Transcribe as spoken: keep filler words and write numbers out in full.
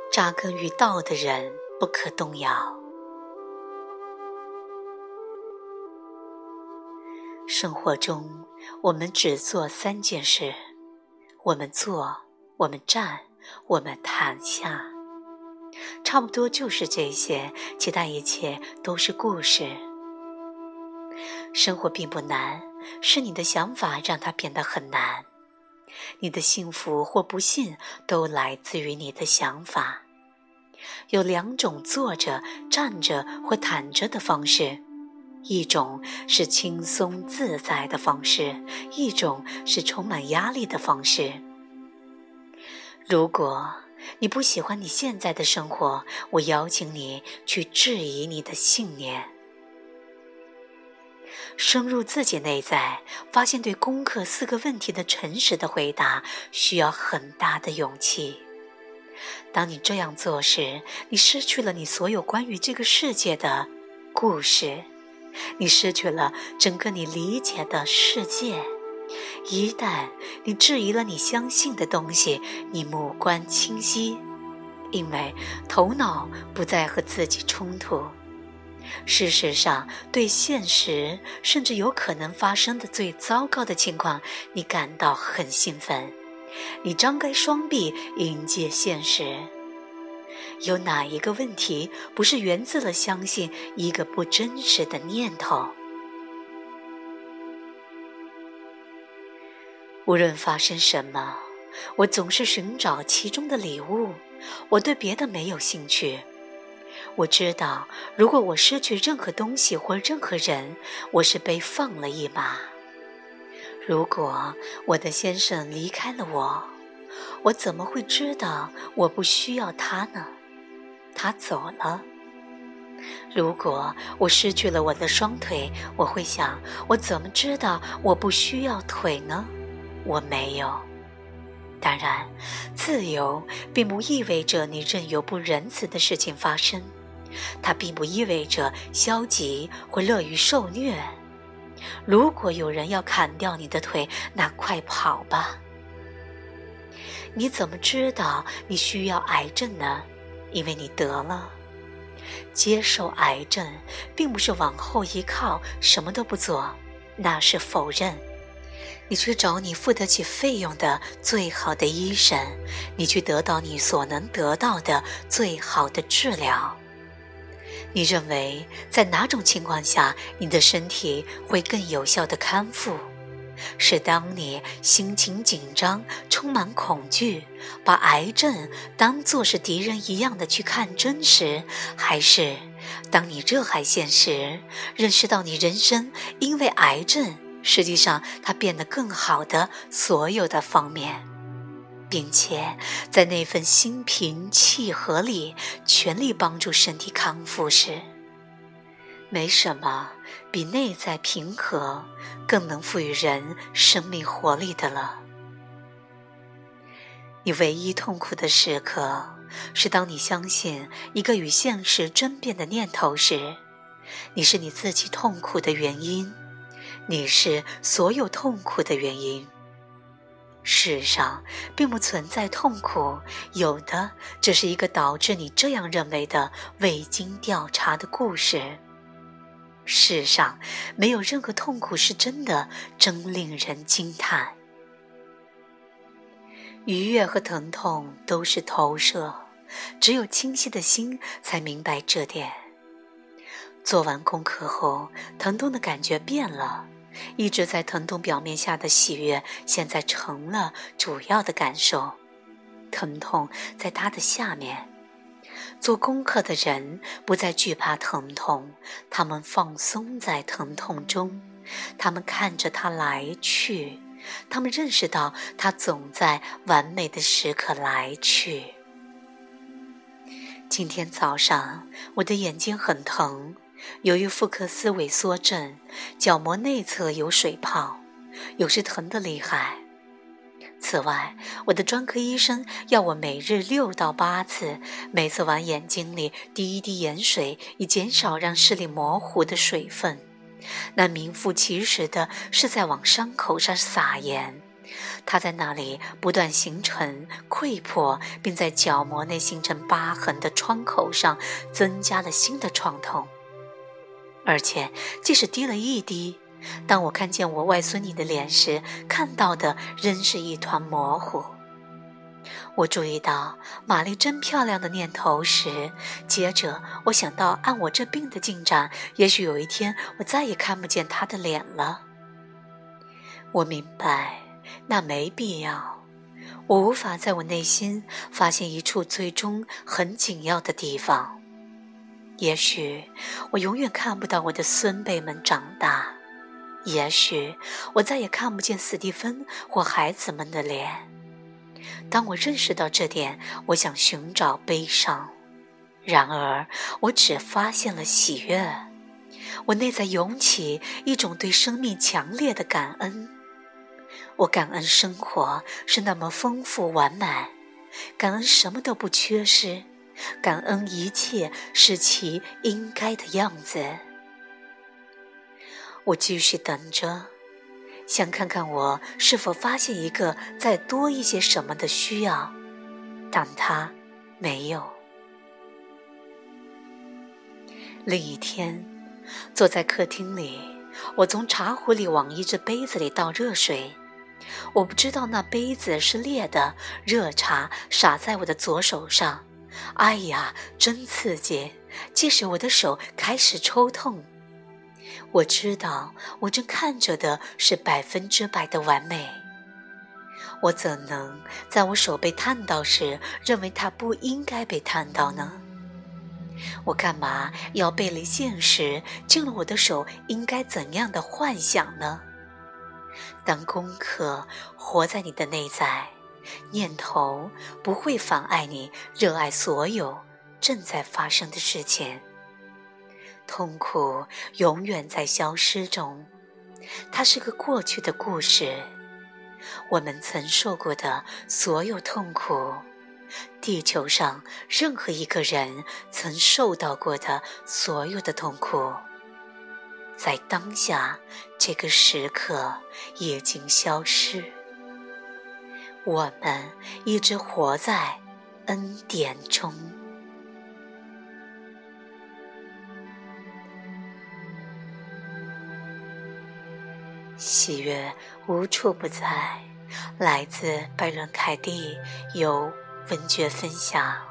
扎根于道的人不可动摇。生活中，我们只做三件事：我们坐，我们站，我们躺下。差不多就是这些，其他一切都是故事。生活并不难，是你的想法让它变得很难。你的幸福或不幸都来自于你的想法。有两种坐着、站着或躺着的方式，一种是轻松自在的方式，一种是充满压力的方式。如果你不喜欢你现在的生活，我邀请你去质疑你的信念。深入自己内在，发现对攻克四个问题的诚实的回答需要很大的勇气。当你这样做时，你失去了你所有关于这个世界的故事，你失去了整个你理解的世界。一旦你质疑了你相信的东西，你目光清晰，因为头脑不再和自己冲突。事实上，对现实甚至有可能发生的最糟糕的情况，你感到很兴奋。你张开双臂迎接现实。有哪一个问题不是源自了相信一个不真实的念头？无论发生什么，我总是寻找其中的礼物，我对别的没有兴趣。我知道，如果我失去任何东西或任何人，我是被放了一马。如果我的先生离开了我，我怎么会知道我不需要他呢？他走了。如果我失去了我的双腿，我会想，我怎么知道我不需要腿呢？我没有。当然，自由并不意味着你任由不仁慈的事情发生，它并不意味着消极或乐于受虐。如果有人要砍掉你的腿，那快跑吧。你怎么知道你需要癌症呢？因为你得了。接受癌症并不是往后一靠，什么都不做，那是否认。你去找你付得起费用的最好的医生，你去得到你所能得到的最好的治疗。你认为在哪种情况下你的身体会更有效地康复？是当你心情紧张，充满恐惧，把癌症当作是敌人一样的去看真时，还是当你热爱现实，认识到你人生因为癌症实际上它变得更好的所有的方面，并且在那份心平气和里全力帮助身体康复时，没什么比内在平和更能赋予人生命活力的了。你唯一痛苦的时刻，是当你相信一个与现实争辩的念头时，你是你自己痛苦的原因，你是所有痛苦的原因。世上并不存在痛苦，有的只是一个导致你这样认为的未经调查的故事。世上没有任何痛苦是真的，真令人惊叹。愉悦和疼痛都是投射，只有清晰的心才明白这点。做完功课后，疼痛的感觉变了，一直在疼痛表面下的喜悦现在成了主要的感受。疼痛在它的下面。做功课的人不再惧怕疼痛，他们放松在疼痛中，他们看着它来去，他们认识到它总在完美的时刻来去。今天早上我的眼睛很疼，由于福克斯萎缩症，角膜内侧有水泡，有时疼得厉害。此外，我的专科医生要我每日六到八次，每次往眼睛里滴一滴盐水，以减少让视力模糊的水分。那名副其实的是在往伤口上撒盐。 它在那里不断形成溃破，并在角膜内形成疤痕的窗口上增加了新的创痛。而且即使滴了一滴，当我看见我外孙女的脸时，看到的仍是一团模糊。我注意到玛丽真漂亮的念头时，接着我想到按我这病的进展，也许有一天我再也看不见她的脸了。我明白那没必要，我无法在我内心发现一处最终很紧要的地方。也许我永远看不到我的孙辈们长大，也许我再也看不见斯蒂芬或孩子们的脸。当我认识到这点，我想寻找悲伤，然而我只发现了喜悦。我内在涌起一种对生命强烈的感恩。我感恩生活是那么丰富完满，感恩什么都不缺失，感恩一切是其应该的样子。我继续等着，想看看我是否发现一个再多一些什么的需要，但它没有。另一天，坐在客厅里，我从茶壶里往一只杯子里倒热水。我不知道那杯子是烈的，热茶洒在我的左手上，哎呀，真刺激！即使我的手开始抽痛，我知道我正看着的是百分之百的完美。我怎能在我手被烫到时认为它不应该被烫到呢？我干嘛要背离现实，进了我的手应该怎样的幻想呢？当功课活在你的内在，念头不会妨碍你热爱所有正在发生的事情。痛苦永远在消失中，它是个过去的故事。我们曾受过的所有痛苦，地球上任何一个人曾受到过的所有的痛苦，在当下这个时刻已经消失。我们一直活在恩典中。喜悦无处不在，来自拜伦凯蒂，由文觉分享。